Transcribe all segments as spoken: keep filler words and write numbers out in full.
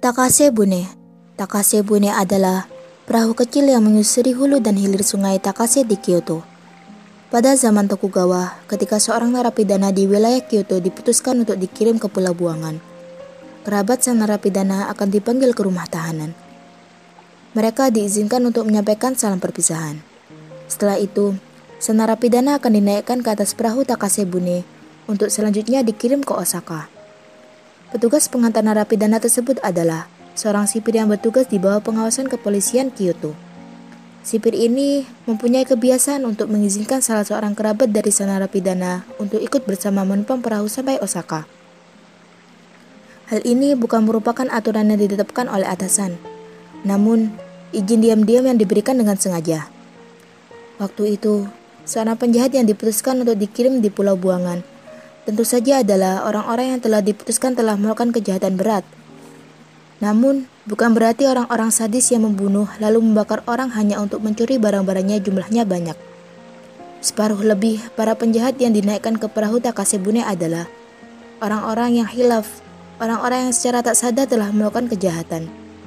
Takasebune. Takasebune adalah perahu kecil yang menyusuri hulu dan hilir sungai Takase di Kyoto. Pada zaman Tokugawa, ketika seorang narapidana di wilayah Kyoto diputuskan untuk dikirim ke Pulau Buangan, kerabat sang narapidana akan dipanggil ke rumah tahanan. Mereka diizinkan untuk menyampaikan salam perpisahan. Setelah itu, sang narapidana akan dinaikkan ke atas perahu Takasebune untuk selanjutnya dikirim ke Osaka. Petugas pengantar narapidana tersebut adalah seorang sipir yang bertugas di bawah pengawasan kepolisian Kyoto. Sipir ini mempunyai kebiasaan untuk mengizinkan salah seorang kerabat dari sang narapidana untuk ikut bersama menumpang perahu sampai Osaka. Hal ini bukan merupakan aturan yang ditetapkan oleh atasan, namun izin diam-diam yang diberikan dengan sengaja. Waktu itu, seorang penjahat yang diputuskan untuk dikirim di Pulau Buangan tentu saja adalah orang-orang yang telah diputuskan telah melakukan kejahatan berat. Namun, bukan berarti orang-orang sadis yang membunuh lalu membakar orang hanya untuk mencuri barang-barangnya jumlahnya banyak. Separuh lebih para penjahat yang dinaikkan ke perahu Takasebune adalah orang-orang yang hilaf, orang-orang yang secara tak sadar telah melakukan kejahatan.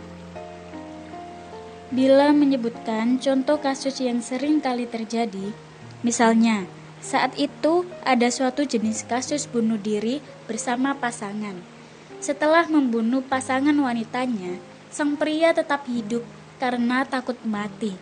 Bila menyebutkan contoh kasus yang sering kali terjadi, misalnya, saat itu ada suatu jenis kasus bunuh diri bersama pasangan. Setelah membunuh pasangan wanitanya, sang pria tetap hidup karena takut mati.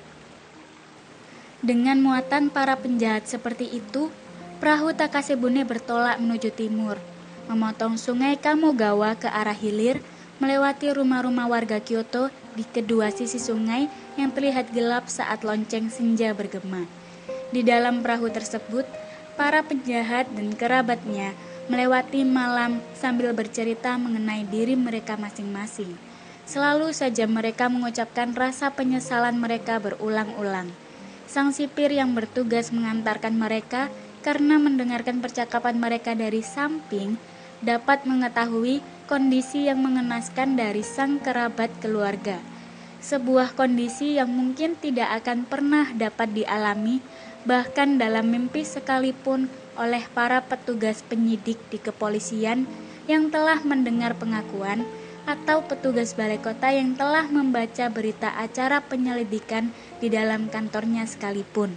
Dengan muatan para penjahat seperti itu, perahu Takasebune bertolak menuju timur, memotong sungai Kamogawa ke arah hilir, melewati rumah-rumah warga Kyoto di kedua sisi sungai yang terlihat gelap saat lonceng senja bergema. Di dalam perahu tersebut, para penjahat dan kerabatnya melewati malam sambil bercerita mengenai diri mereka masing-masing. Selalu saja mereka mengucapkan rasa penyesalan mereka berulang-ulang. Sang sipir yang bertugas mengantarkan mereka karena mendengarkan percakapan mereka dari samping dapat mengetahui kondisi yang mengenaskan dari sang kerabat keluarga. Sebuah kondisi yang mungkin tidak akan pernah dapat dialami bahkan dalam mimpi sekalipun oleh para petugas penyidik di kepolisian yang telah mendengar pengakuan atau petugas balai kota yang telah membaca berita acara penyelidikan di dalam kantornya sekalipun.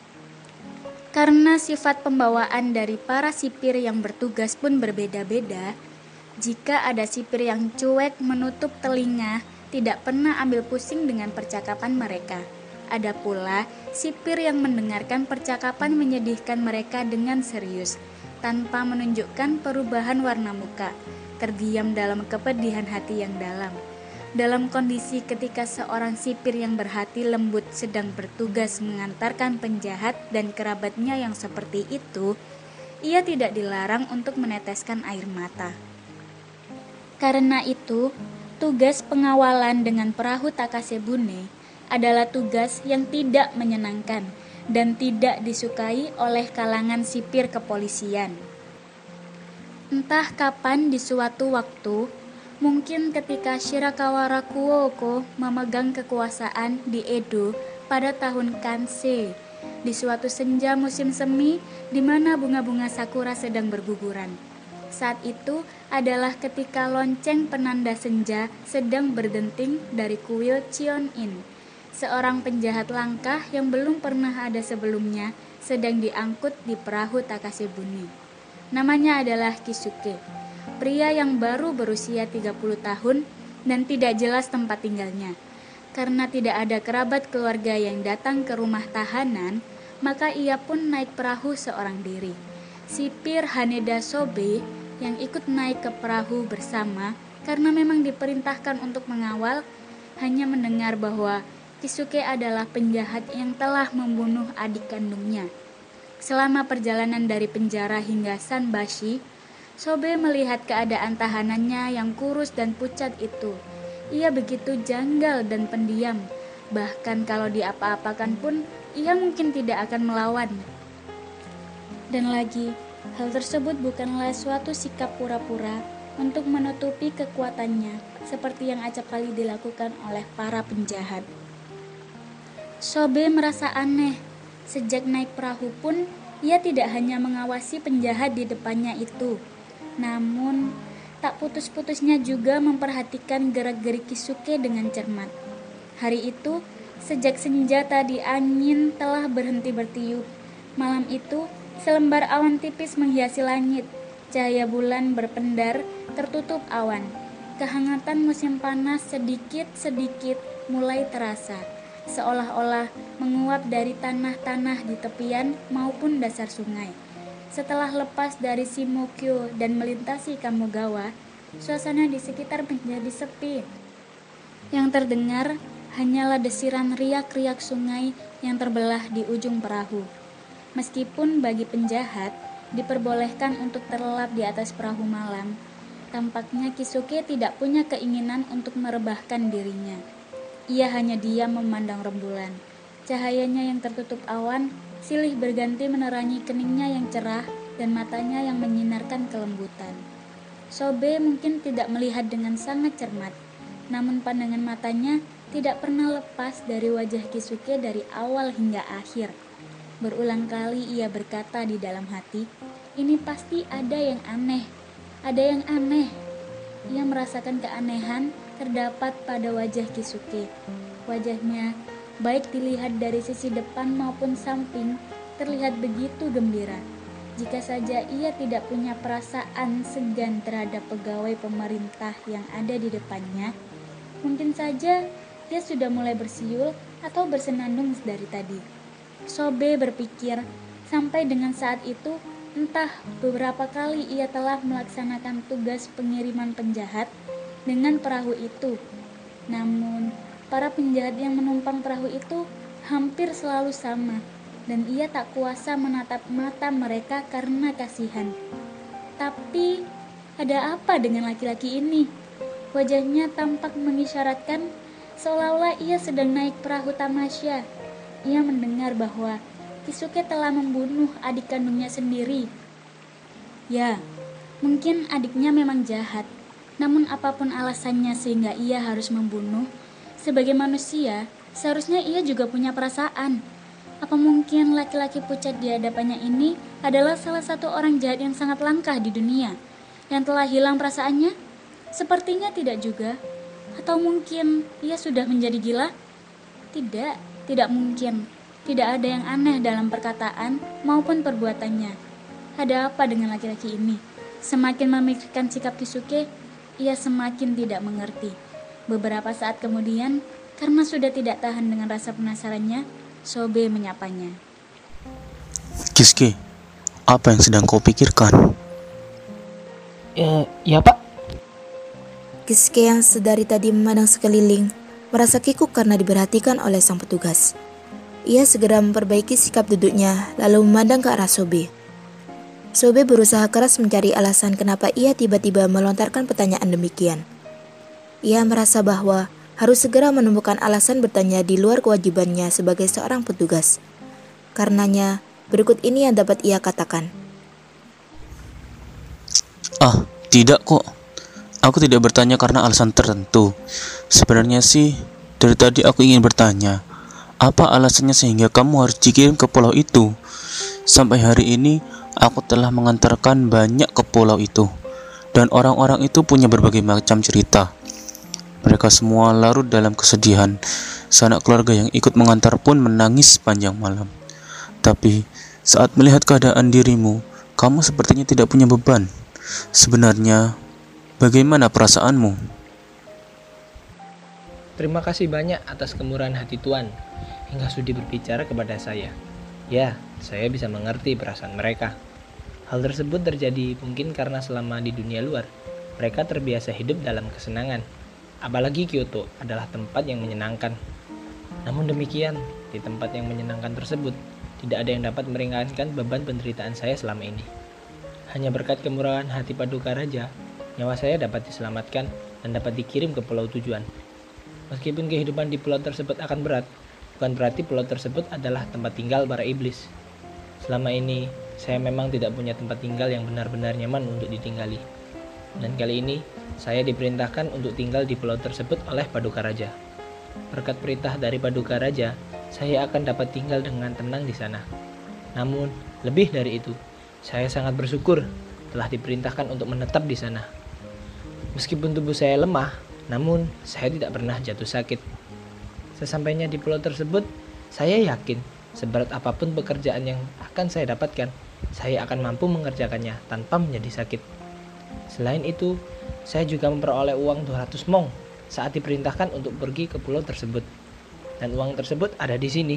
Karena sifat pembawaan dari para sipir yang bertugas pun berbeda-beda, jika ada sipir yang cuek menutup telinga, tidak pernah ambil pusing dengan percakapan mereka. Ada pula sipir yang mendengarkan percakapan menyedihkan mereka dengan serius, tanpa menunjukkan perubahan warna muka, terdiam dalam kepedihan hati yang dalam. Dalam kondisi ketika seorang sipir yang berhati lembut sedang bertugas mengantarkan penjahat dan kerabatnya yang seperti itu, ia tidak dilarang untuk meneteskan air mata. Karena itu, tugas pengawalan dengan perahu Takasebune adalah tugas yang tidak menyenangkan dan tidak disukai oleh kalangan sipir kepolisian. Entah kapan di suatu waktu, mungkin ketika Shirakawa Rakuoka memegang kekuasaan di Edo pada tahun Kansei, di suatu senja musim semi di mana bunga-bunga sakura sedang berguguran. Saat itu adalah ketika lonceng penanda senja sedang berdenting dari kuil Chion-in. Seorang penjahat langkah yang belum pernah ada sebelumnya sedang diangkut di perahu Takasebune. Namanya adalah Kisuke, pria yang baru berusia tiga puluh tahun dan tidak jelas tempat tinggalnya. Karena tidak ada kerabat keluarga yang datang ke rumah tahanan, maka ia pun naik perahu seorang diri. Sipir Haneda Sobe yang ikut naik ke perahu bersama karena memang diperintahkan untuk mengawal, hanya mendengar bahwa Kisuke adalah penjahat yang telah membunuh adik kandungnya. Selama perjalanan dari penjara hingga Sanbashi, Sobe melihat keadaan tahanannya yang kurus dan pucat itu. Ia begitu janggal dan pendiam, bahkan kalau diapa-apakan pun ia mungkin tidak akan melawan. Dan lagi, hal tersebut bukanlah suatu sikap pura-pura untuk menutupi kekuatannya seperti yang acap kali dilakukan oleh para penjahat. Sobe merasa aneh. Sejak naik perahu pun, ia tidak hanya mengawasi penjahat di depannya itu, namun Tak putus-putusnya juga memperhatikan gerak-gerik Kisuke dengan cermat. Hari itu, sejak senja tadi angin telah berhenti bertiup. Malam itu, selembar awan tipis menghiasi langit. Cahaya bulan berpendar, tertutup awan. Kehangatan musim panas sedikit-sedikit mulai terasa, seolah-olah menguap dari tanah-tanah di tepian maupun dasar sungai. Setelah lepas dari Shimokyo dan melintasi Kamogawa, suasana di sekitar menjadi sepi. Yang terdengar hanyalah desiran riak-riak sungai yang terbelah di ujung perahu. Meskipun bagi penjahat diperbolehkan untuk terlelap di atas perahu malam, tampaknya Kisuke tidak punya keinginan untuk merebahkan dirinya. Ia hanya diam memandang rembulan. Cahayanya yang tertutup awan silih berganti menerangi keningnya yang cerah dan matanya yang menyinarkan kelembutan. Sobe mungkin tidak melihat dengan sangat cermat, namun pandangan matanya tidak pernah lepas dari wajah Kisuke dari awal hingga akhir. Berulang kali ia berkata di dalam hati, ini pasti ada yang aneh, ada yang aneh. Ia merasakan keanehan terdapat pada wajah Kisuke. Wajahnya, baik dilihat dari sisi depan maupun samping, terlihat begitu gembira. Jika saja ia tidak punya perasaan segan terhadap pegawai pemerintah yang ada di depannya, mungkin saja dia sudah mulai bersiul atau bersenandung dari tadi. Sobe berpikir, sampai dengan saat itu, entah beberapa kali ia telah melaksanakan tugas pengiriman penjahat dengan perahu itu. Namun, para penjahat yang menumpang perahu itu hampir selalu sama, dan ia tak kuasa menatap mata mereka karena kasihan. Tapi, ada apa dengan laki-laki ini? Wajahnya tampak mengisyaratkan seolah-olah ia sedang naik perahu tamasya. Ia mendengar bahwa Kisuke telah membunuh adik kandungnya sendiri. Ya, mungkin adiknya memang jahat, namun apapun alasannya sehingga ia harus membunuh, sebagai manusia, seharusnya ia juga punya perasaan. Apa mungkin laki-laki pucat di hadapannya ini adalah salah satu orang jahat yang sangat langka di dunia, yang telah hilang perasaannya? Sepertinya tidak juga. Atau mungkin ia sudah menjadi gila? Tidak, tidak mungkin. Tidak ada yang aneh dalam perkataan maupun perbuatannya. Ada apa dengan laki-laki ini? Semakin memikirkan sikap Kisuke, ia semakin tidak mengerti. Beberapa saat kemudian, karena sudah tidak tahan dengan rasa penasarannya, Sobe menyapanya. Kisuke, apa yang sedang kau pikirkan? Ya, ya Pak. Kisuke yang sedari tadi memandang sekeliling, merasa kikuk karena diperhatikan oleh sang petugas. Ia segera memperbaiki sikap duduknya, lalu memandang ke arah Sobe. Sobe berusaha keras mencari alasan kenapa ia tiba-tiba melontarkan pertanyaan demikian. Ia merasa bahwa harus segera menemukan alasan bertanya di luar kewajibannya sebagai seorang petugas. Karenanya, berikut ini yang dapat ia katakan. Ah, tidak kok. Aku tidak bertanya karena alasan tertentu. Sebenarnya sih, dari tadi aku ingin bertanya, apa alasannya sehingga kamu harus dikirim ke pulau itu? Sampai hari ini, aku telah mengantarkan banyak ke pulau itu. Dan orang-orang itu punya berbagai macam cerita. Mereka semua larut dalam kesedihan. Sanak keluarga yang ikut mengantar pun menangis sepanjang malam. Tapi, saat melihat keadaan dirimu, kamu sepertinya tidak punya beban. Sebenarnya, bagaimana perasaanmu? Terima kasih banyak atas kemurahan hati Tuan hingga sudi berbicara kepada saya. Ya, saya bisa mengerti perasaan mereka. Hal tersebut terjadi mungkin karena selama di dunia luar, mereka terbiasa hidup dalam kesenangan. Apalagi Kyoto adalah tempat yang menyenangkan. Namun demikian, di tempat yang menyenangkan tersebut, tidak ada yang dapat meringankan beban penderitaan saya selama ini. Hanya berkat kemurahan hati Paduka Raja, nyawa saya dapat diselamatkan dan dapat dikirim ke pulau tujuan. Meskipun kehidupan di pulau tersebut akan berat, bukan berarti pulau tersebut adalah tempat tinggal para iblis. Selama ini, saya memang tidak punya tempat tinggal yang benar-benar nyaman untuk ditinggali. Dan kali ini, saya diperintahkan untuk tinggal di pulau tersebut oleh Paduka Raja. Berkat perintah dari Paduka Raja, saya akan dapat tinggal dengan tenang di sana. Namun, lebih dari itu, saya sangat bersyukur telah diperintahkan untuk menetap di sana. Meskipun tubuh saya lemah, namun saya tidak pernah jatuh sakit. Sesampainya di pulau tersebut, saya yakin seberat apapun pekerjaan yang akan saya dapatkan, saya akan mampu mengerjakannya tanpa menjadi sakit. Selain itu, saya juga memperoleh uang dua ratus mong saat diperintahkan untuk pergi ke pulau tersebut. Dan uang tersebut ada di sini.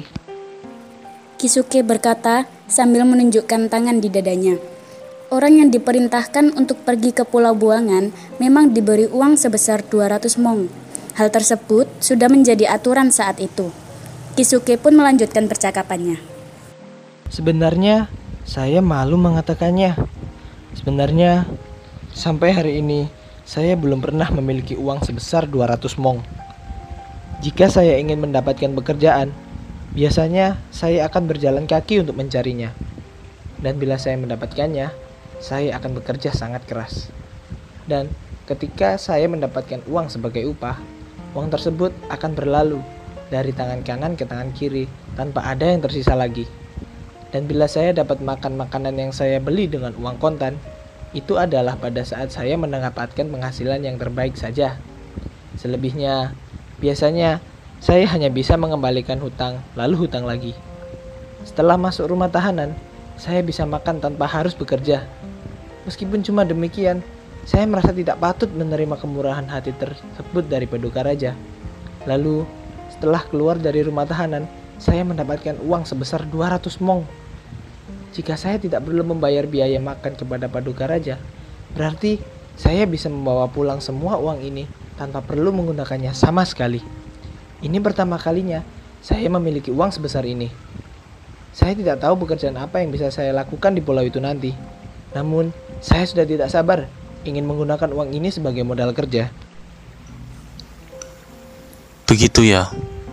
Kisuke berkata sambil menunjukkan tangan di dadanya. Orang yang diperintahkan untuk pergi ke Pulau Buangan memang diberi uang sebesar dua ratus mong. Hal tersebut sudah menjadi aturan saat itu. Kisuke pun melanjutkan percakapannya. Sebenarnya saya malu mengatakannya. Sebenarnya sampai hari ini saya belum pernah memiliki uang sebesar dua ratus mong. Jika saya ingin mendapatkan pekerjaan, biasanya saya akan berjalan kaki untuk mencarinya. Dan bila saya mendapatkannya, saya akan bekerja sangat keras. Dan ketika saya mendapatkan uang sebagai upah, uang tersebut akan berlalu dari tangan kanan ke tangan kiri tanpa ada yang tersisa lagi. Dan bila saya dapat makan makanan yang saya beli dengan uang kontan, itu adalah pada saat saya mendapatkan penghasilan yang terbaik saja. Selebihnya, biasanya saya hanya bisa mengembalikan hutang, lalu hutang lagi. Setelah masuk rumah tahanan, saya bisa makan tanpa harus bekerja. Meskipun cuma demikian, saya merasa tidak patut menerima kemurahan hati tersebut dari Paduka Raja. Lalu, setelah keluar dari rumah tahanan, saya mendapatkan uang sebesar dua ratus mong. Jika saya tidak perlu membayar biaya makan kepada Paduka Raja, berarti saya bisa membawa pulang semua uang ini tanpa perlu menggunakannya sama sekali. Ini pertama kalinya saya memiliki uang sebesar ini. Saya tidak tahu pekerjaan apa yang bisa saya lakukan di pulau itu nanti. Namun, saya sudah tidak sabar ingin menggunakan uang ini sebagai modal kerja. Begitu ya.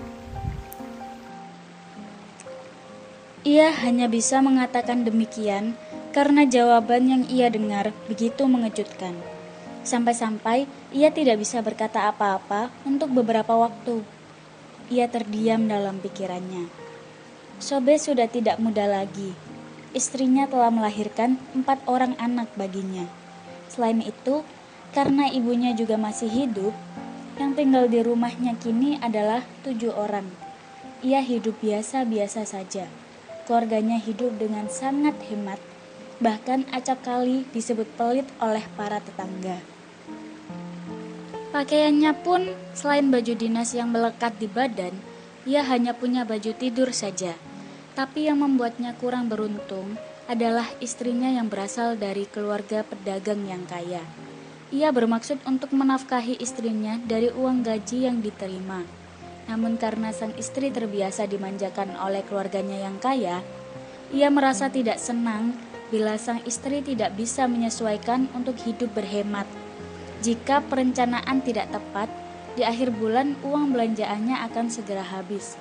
Ia hanya bisa mengatakan demikian karena jawaban yang ia dengar begitu mengejutkan. Sampai-sampai ia tidak bisa berkata apa-apa untuk beberapa waktu. Ia terdiam dalam pikirannya. Sobe sudah tidak muda lagi. Istrinya telah melahirkan empat orang anak baginya. Selain itu, karena ibunya juga masih hidup, yang tinggal di rumahnya kini adalah tujuh orang. Ia hidup biasa-biasa saja. Keluarganya hidup dengan sangat hemat, bahkan acap kali disebut pelit oleh para tetangga. Pakaiannya pun selain baju dinas yang melekat di badan, ia hanya punya baju tidur saja. Tapi yang membuatnya kurang beruntung adalah istrinya yang berasal dari keluarga pedagang yang kaya. Ia bermaksud untuk menafkahi istrinya dari uang gaji yang diterima. Namun karena sang istri terbiasa dimanjakan oleh keluarganya yang kaya, ia merasa tidak senang bila sang istri tidak bisa menyesuaikan untuk hidup berhemat. Jika perencanaan tidak tepat, di akhir bulan uang belanjaannya akan segera habis.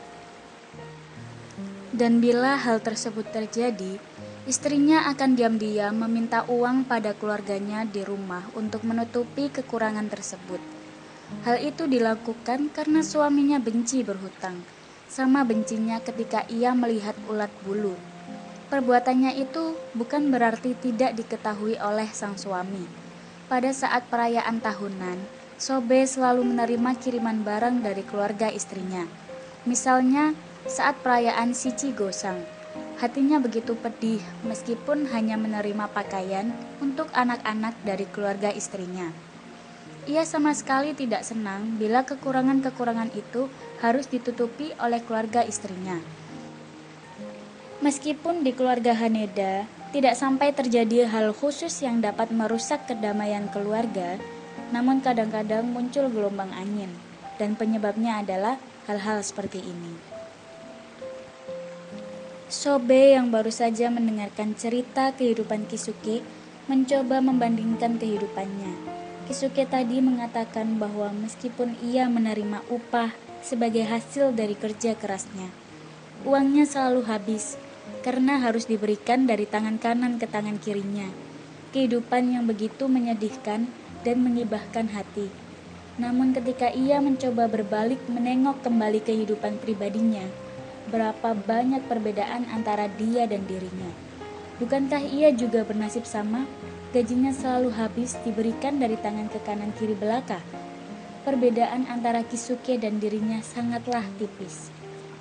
Dan bila hal tersebut terjadi, istrinya akan diam-diam meminta uang pada keluarganya di rumah untuk menutupi kekurangan tersebut. Hal itu dilakukan karena suaminya benci berhutang, sama bencinya ketika ia melihat ulat bulu. Perbuatannya itu bukan berarti tidak diketahui oleh sang suami. Pada saat perayaan tahunan, Sobe selalu menerima kiriman barang dari keluarga istrinya. Misalnya, saat perayaan Shichi Gosang, hatinya begitu pedih meskipun hanya menerima pakaian untuk anak-anak dari keluarga istrinya. Ia sama sekali tidak senang bila kekurangan-kekurangan itu harus ditutupi oleh keluarga istrinya. Meskipun di keluarga Haneda tidak sampai terjadi hal khusus yang dapat merusak kedamaian keluarga, namun kadang-kadang muncul gelombang angin, dan penyebabnya adalah hal-hal seperti ini. Sobe yang baru saja mendengarkan cerita kehidupan Kisuke mencoba membandingkan kehidupannya. Kisuke tadi mengatakan bahwa meskipun ia menerima upah sebagai hasil dari kerja kerasnya, uangnya selalu habis karena harus diberikan dari tangan kanan ke tangan kirinya. Kehidupan yang begitu menyedihkan dan menyibahkan hati. Namun ketika ia mencoba berbalik menengok kembali kehidupan pribadinya, berapa banyak perbedaan antara dia dan dirinya. Bukankah ia juga bernasib sama? gajinya selalu habis diberikan dari tangan ke kanan kiri belaka. Perbedaan antara Kisuke dan dirinya sangatlah tipis.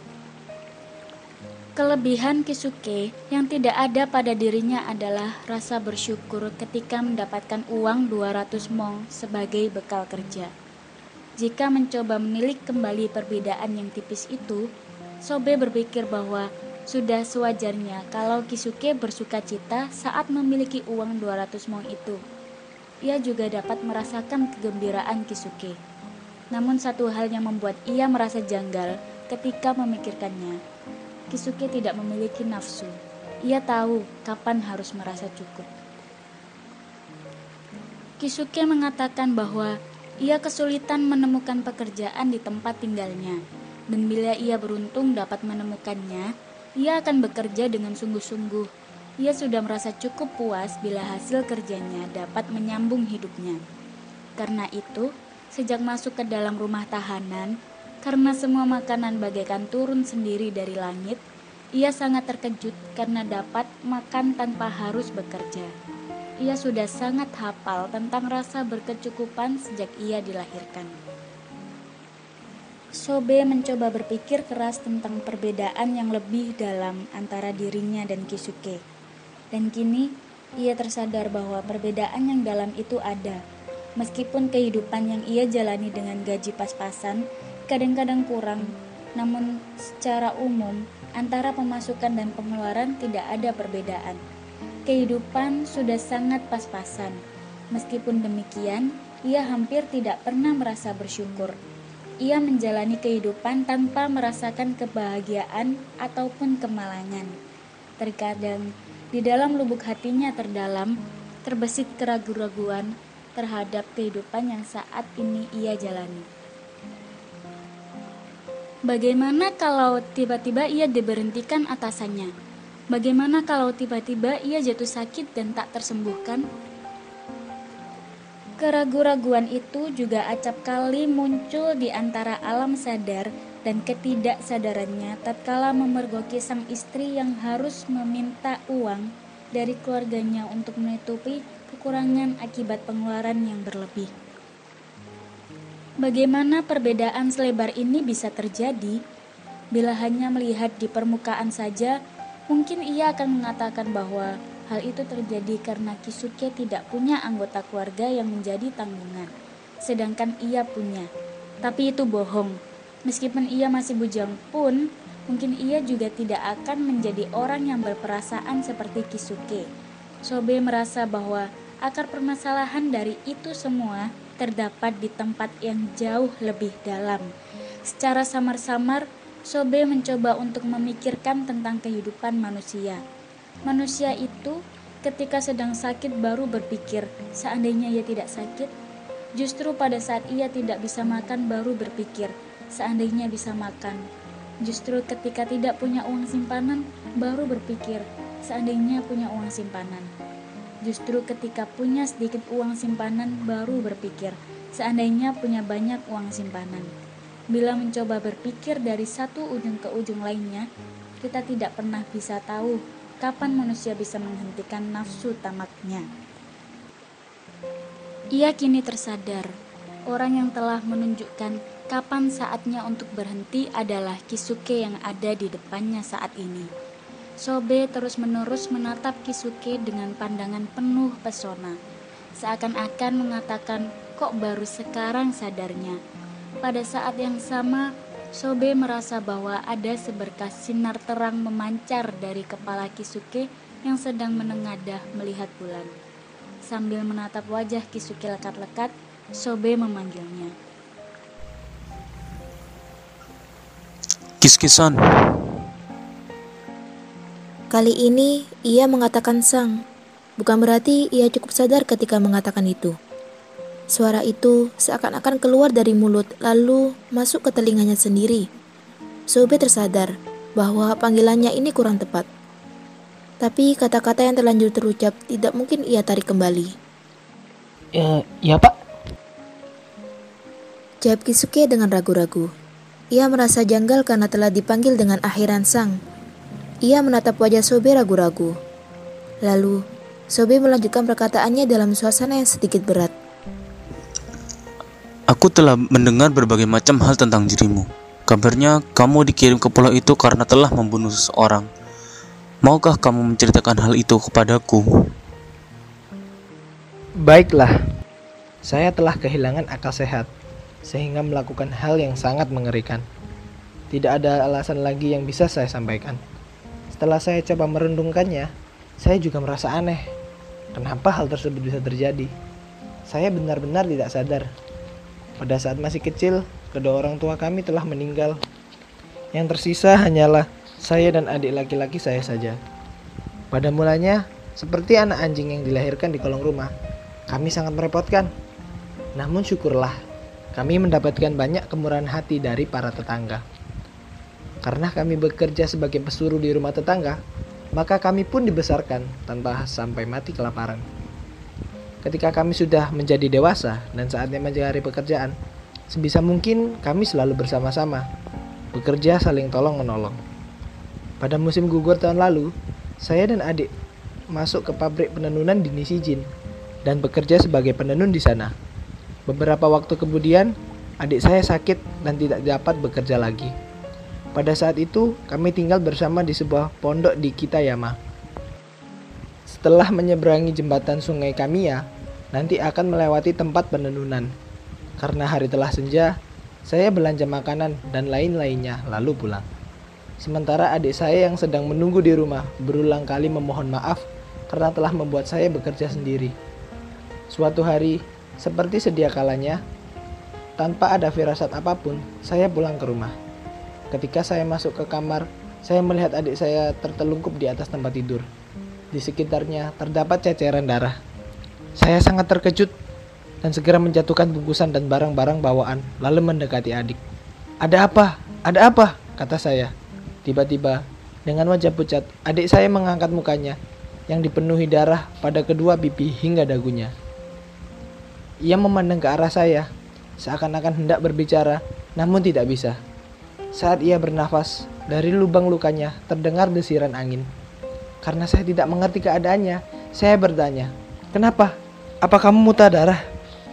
Kelebihan Kisuke yang tidak ada pada dirinya adalah rasa bersyukur ketika mendapatkan uang dua ratus mong sebagai bekal kerja. Jika mencoba menilik kembali perbedaan yang tipis itu, Sobe berpikir bahwa sudah sewajarnya kalau Kisuke bersuka cita saat memiliki uang dua ratus mong itu. Ia juga dapat merasakan kegembiraan Kisuke. Namun satu hal yang membuat ia merasa janggal ketika memikirkannya. Kisuke tidak memiliki nafsu. Ia tahu kapan harus merasa cukup. Kisuke mengatakan bahwa ia kesulitan menemukan pekerjaan di tempat tinggalnya, dan bila ia beruntung dapat menemukannya, ia akan bekerja dengan sungguh-sungguh. Ia sudah merasa cukup puas bila hasil kerjanya dapat menyambung hidupnya. Karena itu, sejak masuk ke dalam rumah tahanan, karena semua makanan bagaikan turun sendiri dari langit, ia sangat terkejut karena dapat makan tanpa harus bekerja. Ia sudah sangat hafal tentang rasa berkecukupan sejak ia dilahirkan. Sobe mencoba berpikir keras tentang perbedaan yang lebih dalam antara dirinya dan Kisuke. Dan kini, ia tersadar bahwa perbedaan yang dalam itu ada. Meskipun kehidupan yang ia jalani dengan gaji pas-pasan kadang-kadang kurang, namun secara umum antara pemasukan dan pengeluaran tidak ada perbedaan. Kehidupan sudah sangat pas-pasan. Meskipun demikian, ia hampir tidak pernah merasa bersyukur. Ia menjalani kehidupan tanpa merasakan kebahagiaan ataupun kemalangan. Terkadang, di dalam lubuk hatinya terdalam, terbesit keraguan-raguan terhadap kehidupan yang saat ini ia jalani. Bagaimana kalau tiba-tiba ia diberhentikan atasannya? Bagaimana kalau tiba-tiba ia jatuh sakit dan tak tersembuhkan? Keraguan-raguan itu juga acap kali muncul di antara alam sadar dan ketidaksadarannya tatkala memergoki sang istri yang harus meminta uang dari keluarganya untuk menutupi kekurangan akibat pengeluaran yang berlebih. Bagaimana perbedaan selebar ini bisa terjadi? Bila hanya melihat di permukaan saja, mungkin ia akan mengatakan bahwa hal itu terjadi karena Kisuke tidak punya anggota keluarga yang menjadi tanggungan, sedangkan ia punya. Tapi itu bohong. Meskipun ia masih bujang pun, mungkin ia juga tidak akan menjadi orang yang berperasaan seperti Kisuke. Sobe merasa bahwa akar permasalahan dari itu semua terdapat di tempat yang jauh lebih dalam. Secara samar-samar, Sobe mencoba untuk memikirkan tentang kehidupan manusia. Manusia itu ketika sedang sakit baru berpikir, seandainya ia tidak sakit. Justru pada saat ia tidak bisa makan baru berpikir, seandainya bisa makan. Justru ketika tidak punya uang simpanan baru berpikir, seandainya punya uang simpanan. Justru ketika punya sedikit uang simpanan baru berpikir, seandainya punya banyak uang simpanan. Bila mencoba berpikir dari satu ujung ke ujung lainnya, kita tidak pernah bisa tahu kapan manusia bisa menghentikan nafsu tamaknya. Ia kini tersadar, orang yang telah menunjukkan kapan saatnya untuk berhenti adalah Kisuke yang ada di depannya saat ini. Sobe terus-menerus menatap Kisuke dengan pandangan penuh pesona, seakan-akan mengatakan, kok baru sekarang sadarnya. Pada saat yang sama, Sobe merasa bahwa ada seberkas sinar terang memancar dari kepala Kisuke yang sedang menengadah melihat bulan. Sambil menatap wajah Kisuke lekat-lekat, Sobe memanggilnya. Kisuke-san. Kali ini ia mengatakan sang, bukan berarti ia cukup sadar ketika mengatakan itu. Suara itu seakan-akan keluar dari mulut lalu masuk ke telinganya sendiri. Sobe tersadar bahwa panggilannya ini kurang tepat. Tapi kata-kata yang terlanjur terucap tidak mungkin ia tarik kembali. Ya, ya Pak. Jawab Kisuke dengan ragu-ragu. Ia merasa janggal karena telah dipanggil dengan akhiran sang. Ia menatap wajah Sobe ragu-ragu. Lalu, Sobe melanjutkan perkataannya dalam suasana yang sedikit berat. Aku telah mendengar berbagai macam hal tentang dirimu. Kabarnya kamu dikirim ke pulau itu karena telah membunuh seseorang. Maukah kamu menceritakan hal itu kepadaku? Baiklah, saya telah kehilangan akal sehat, sehingga melakukan hal yang sangat mengerikan. Tidak ada alasan lagi yang bisa saya sampaikan. Setelah saya coba merundungkannya, saya juga merasa aneh. Kenapa hal tersebut bisa terjadi? Saya benar-benar tidak sadar. Pada saat masih kecil, kedua orang tua kami telah meninggal. Yang tersisa hanyalah saya dan adik laki-laki saya saja. Pada mulanya, seperti anak anjing yang dilahirkan di kolong rumah, kami sangat merepotkan. Namun syukurlah, kami mendapatkan banyak kemurahan hati dari para tetangga. Karena kami bekerja sebagai pesuruh di rumah tetangga, maka kami pun dibesarkan tanpa sampai mati kelaparan. Ketika kami sudah menjadi dewasa dan saatnya mencari pekerjaan, sebisa mungkin kami selalu bersama-sama, bekerja saling tolong-menolong. Pada musim gugur tahun lalu, saya dan adik masuk ke pabrik penenunan di Nisijin dan bekerja sebagai penenun di sana. Beberapa waktu kemudian, adik saya sakit dan tidak dapat bekerja lagi. Pada saat itu, kami tinggal bersama di sebuah pondok di Kitayama. Setelah menyeberangi jembatan sungai Kamiya, nanti akan melewati tempat penenunan. Karena hari telah senja, saya belanja makanan dan lain-lainnya lalu pulang. Sementara adik saya yang sedang menunggu di rumah berulang kali memohon maaf karena telah membuat saya bekerja sendiri. Suatu hari, seperti sedia kalanya, tanpa ada firasat apapun, saya pulang ke rumah. Ketika saya masuk ke kamar, saya melihat adik saya tertelungkup di atas tempat tidur. Di sekitarnya terdapat ceceran darah. Saya sangat terkejut dan segera menjatuhkan bungkusan dan barang-barang bawaan lalu mendekati adik. "Ada apa? Ada apa?" kata saya. Tiba-tiba, dengan wajah pucat, adik saya mengangkat mukanya yang dipenuhi darah pada kedua pipi hingga dagunya. Ia memandang ke arah saya, seakan-akan hendak berbicara, namun tidak bisa. Saat ia bernafas, dari lubang lukanya terdengar desiran angin. Karena saya tidak mengerti keadaannya, saya bertanya, "Kenapa? Apa kamu muntah darah?"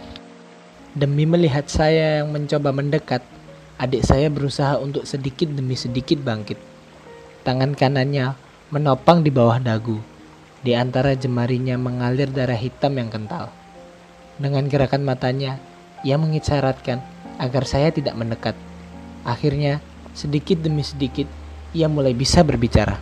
Demi melihat saya yang mencoba mendekat, adik saya berusaha untuk sedikit demi sedikit bangkit. Tangan kanannya menopang di bawah dagu. Di antara jemarinya mengalir darah hitam yang kental. Dengan gerakan matanya, ia mengisyaratkan agar saya tidak mendekat. Akhirnya, sedikit demi sedikit, ia mulai bisa berbicara.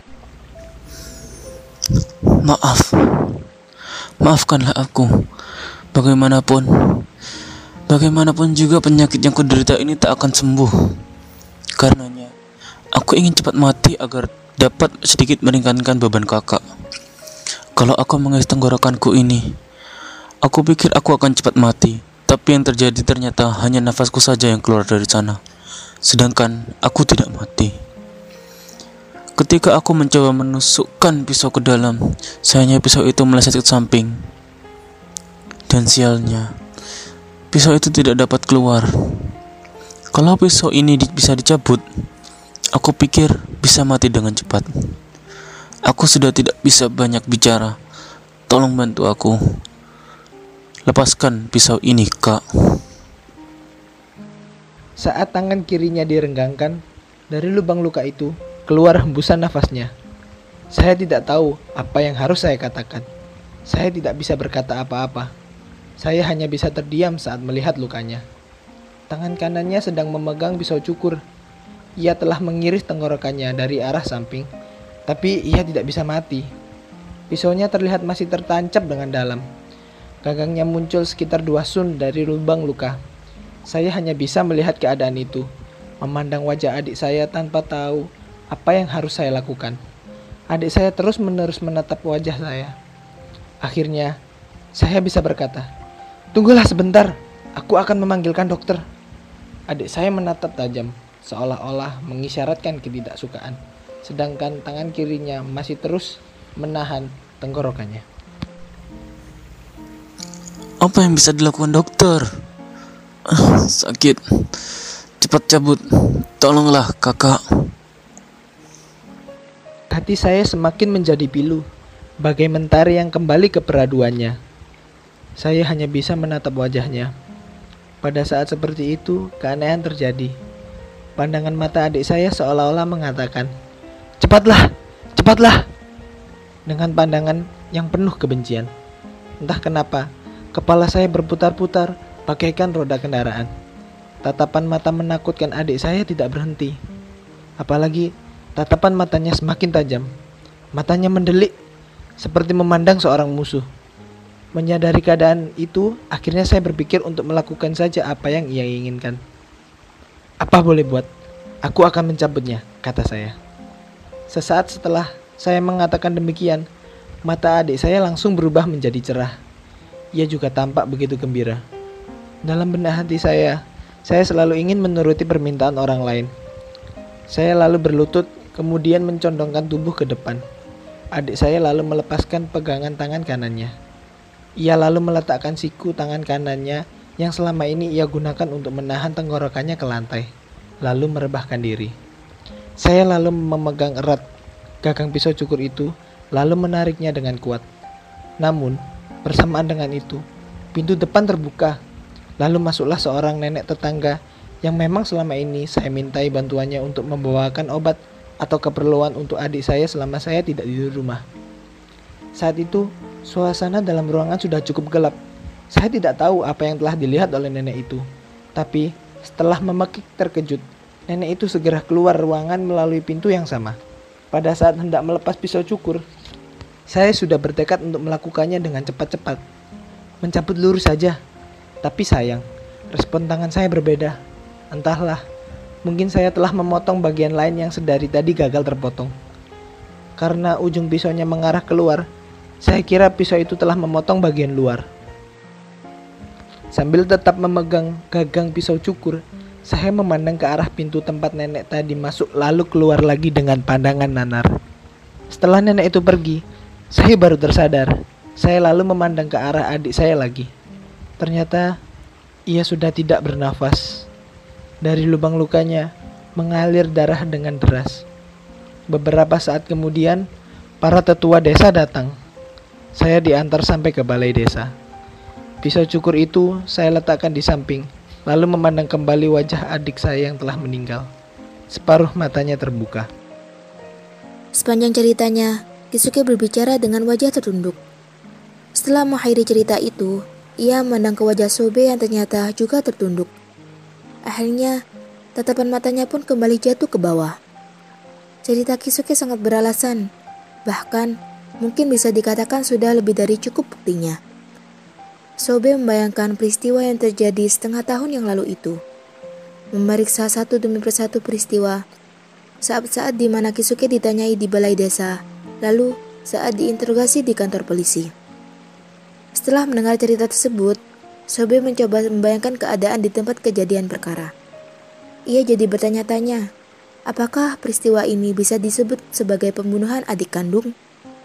Maaf, maafkanlah aku. Bagaimanapun, bagaimanapun juga penyakit yang kuderita ini tak akan sembuh. Karenanya, aku ingin cepat mati agar dapat sedikit meringankan beban kakak. Kalau aku mengais tenggorokanku ini, aku pikir aku akan cepat mati. Tapi yang terjadi ternyata hanya nafasku saja yang keluar dari sana. Sedangkan aku tidak mati. Ketika aku mencoba menusukkan pisau ke dalam, sayangnya pisau itu meleset ke samping. Dan sialnya, pisau itu tidak dapat keluar. Kalau pisau ini di- bisa dicabut, aku pikir bisa mati dengan cepat. Aku sudah tidak bisa banyak bicara. Tolong bantu aku. Lepaskan pisau ini, Kak. Saat tangan kirinya direnggangkan, dari lubang luka itu keluar hembusan nafasnya. Saya tidak tahu apa yang harus saya katakan. Saya tidak bisa berkata apa-apa. Saya hanya bisa terdiam saat melihat lukanya. Tangan kanannya sedang memegang pisau cukur. Ia telah mengiris tenggorokannya dari arah samping, tapi ia tidak bisa mati. Pisaunya terlihat masih tertancap dengan dalam. Gagangnya muncul sekitar dua sun dari lubang luka. Saya hanya bisa melihat keadaan itu, memandang wajah adik saya tanpa tahu apa yang harus saya lakukan. Adik saya terus-menerus menatap wajah saya. Akhirnya, saya bisa berkata, "Tunggulah sebentar, aku akan memanggilkan dokter." Adik saya menatap tajam, seolah-olah mengisyaratkan ketidaksukaan, sedangkan tangan kirinya masih terus menahan tenggorokannya. Apa yang bisa dilakukan dokter? Ah, sakit. Cepat cabut. Tolonglah, kakak. Hati saya semakin menjadi pilu. bagai mentari yang kembali ke peraduannya. Saya hanya bisa menatap wajahnya. Pada saat seperti itu, keanehan terjadi. Pandangan mata adik saya seolah-olah mengatakan, "Cepatlah, cepatlah!" Dengan pandangan yang penuh kebencian. Entah kenapa, kepala saya berputar-putar bagaikan roda kendaraan. Tatapan mata menakutkan adik saya tidak berhenti. Apalagi, tatapan matanya semakin tajam. Matanya mendelik, seperti memandang seorang musuh. Menyadari keadaan itu, akhirnya saya berpikir untuk melakukan saja apa yang ia inginkan. "Apa boleh buat? Aku akan mencabutnya," kata saya. Sesaat setelah saya mengatakan demikian, mata adik saya langsung berubah menjadi cerah. Ia juga tampak begitu gembira. Dalam benak hati saya, saya selalu ingin menuruti permintaan orang lain. Saya lalu berlutut, kemudian mencondongkan tubuh ke depan. Adik saya lalu melepaskan pegangan tangan kanannya. Ia lalu meletakkan siku tangan kanannya yang selama ini ia gunakan untuk menahan tenggorokannya ke lantai, lalu merebahkan diri. Saya lalu memegang erat gagang pisau cukur itu, lalu menariknya dengan kuat. Namun, bersamaan dengan itu, pintu depan terbuka, lalu masuklah seorang nenek tetangga yang memang selama ini saya mintai bantuannya untuk membawakan obat atau keperluan untuk adik saya selama saya tidak di rumah. Saat itu, suasana dalam ruangan sudah cukup gelap. Saya tidak tahu apa yang telah dilihat oleh nenek itu. Tapi, setelah memekik terkejut, nenek itu segera keluar ruangan melalui pintu yang sama. Pada saat hendak melepas pisau cukur, saya sudah bertekad untuk melakukannya dengan cepat-cepat. Mencabut lurus saja. Tapi sayang, respon tangan saya berbeda. Entahlah, mungkin saya telah memotong bagian lain yang sedari tadi gagal terpotong. Karena ujung pisaunya mengarah keluar, saya kira pisau itu telah memotong bagian luar. Sambil tetap memegang gagang pisau cukur, saya memandang ke arah pintu tempat nenek tadi masuk lalu keluar lagi dengan pandangan nanar. Setelah nenek itu pergi, saya baru tersadar. Saya lalu memandang ke arah adik saya lagi. Ternyata ia sudah tidak bernafas. Dari lubang lukanya mengalir darah dengan deras. Beberapa saat kemudian, para tetua desa datang. Saya diantar sampai ke balai desa. Pisau cukur itu saya letakkan di samping, lalu memandang kembali wajah adik saya yang telah meninggal. Separuh matanya terbuka. Sepanjang ceritanya, Kisuke berbicara dengan wajah tertunduk. Setelah mengakhiri cerita itu, ia memandang ke wajah Sobe yang ternyata juga tertunduk. Akhirnya, tatapan matanya pun kembali jatuh ke bawah. Cerita Kisuke sangat beralasan, bahkan mungkin bisa dikatakan sudah lebih dari cukup buktinya. Sobe membayangkan peristiwa yang terjadi setengah tahun yang lalu itu. Memeriksa satu demi persatu peristiwa. Saat-saat di mana Kisuke ditanyai di balai desa, lalu saat diinterogasi di kantor polisi. Setelah mendengar cerita tersebut, Sobe mencoba membayangkan keadaan di tempat kejadian perkara. Ia jadi bertanya-tanya, apakah peristiwa ini bisa disebut sebagai pembunuhan adik kandung?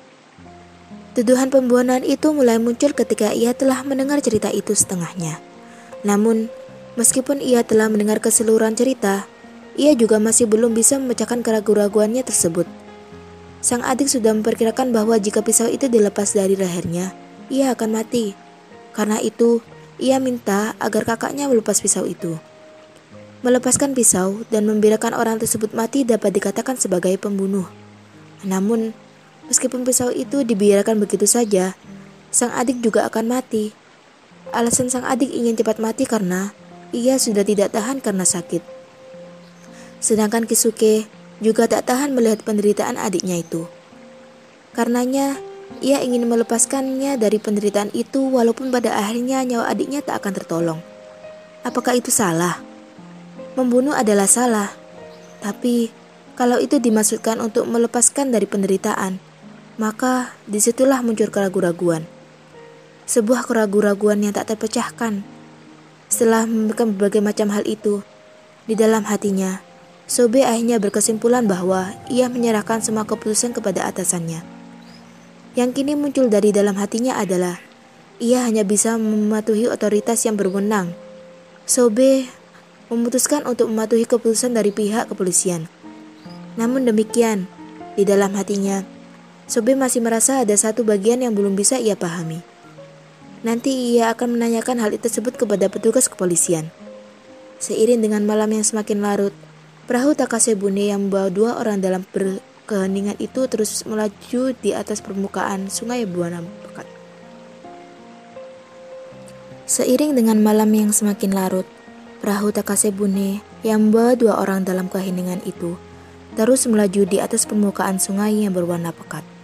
Tuduhan pembunuhan itu mulai muncul ketika ia telah mendengar cerita itu setengahnya. Namun, meskipun ia telah mendengar keseluruhan cerita, ia juga masih belum bisa memecahkan keraguan-raguannya tersebut. Sang adik sudah memperkirakan bahwa jika pisau itu dilepas dari lehernya, ia akan mati. Karena itu, ia minta agar kakaknya melepas pisau itu. Melepaskan pisau dan membiarkan orang tersebut mati dapat dikatakan sebagai pembunuh. Namun, meskipun pisau itu dibiarkan begitu saja, sang adik juga akan mati. Alasan sang adik ingin cepat mati karena ia sudah tidak tahan karena sakit. Sedangkan Kisuke juga tak tahan melihat penderitaan adiknya itu. Karenanya, ia ingin melepaskannya dari penderitaan itu walaupun pada akhirnya nyawa adiknya tak akan tertolong. Apakah itu salah? Membunuh adalah salah. Tapi, kalau itu dimaksudkan untuk melepaskan dari penderitaan, maka disitulah muncul keraguan-raguan. Sebuah keraguan-raguan yang tak terpecahkan. Setelah memikirkan berbagai macam hal itu, di dalam hatinya, Sobe akhirnya berkesimpulan bahwa ia menyerahkan semua keputusan kepada atasannya. Yang kini muncul dari dalam hatinya adalah, ia hanya bisa mematuhi otoritas yang berwenang. Sobe memutuskan untuk mematuhi keputusan dari pihak kepolisian. Namun demikian, di dalam hatinya, Sobe masih merasa ada satu bagian yang belum bisa ia pahami. Nanti ia akan menanyakan hal tersebut kepada petugas kepolisian. Seiring dengan malam yang semakin larut, perahu Takasebune yang membawa dua orang dalam keheningan itu terus melaju di atas permukaan sungai berwarna pekat. Seiring dengan malam yang semakin larut, perahu Takasebune yang membawa dua orang dalam keheningan itu terus melaju di atas permukaan sungai yang berwarna pekat.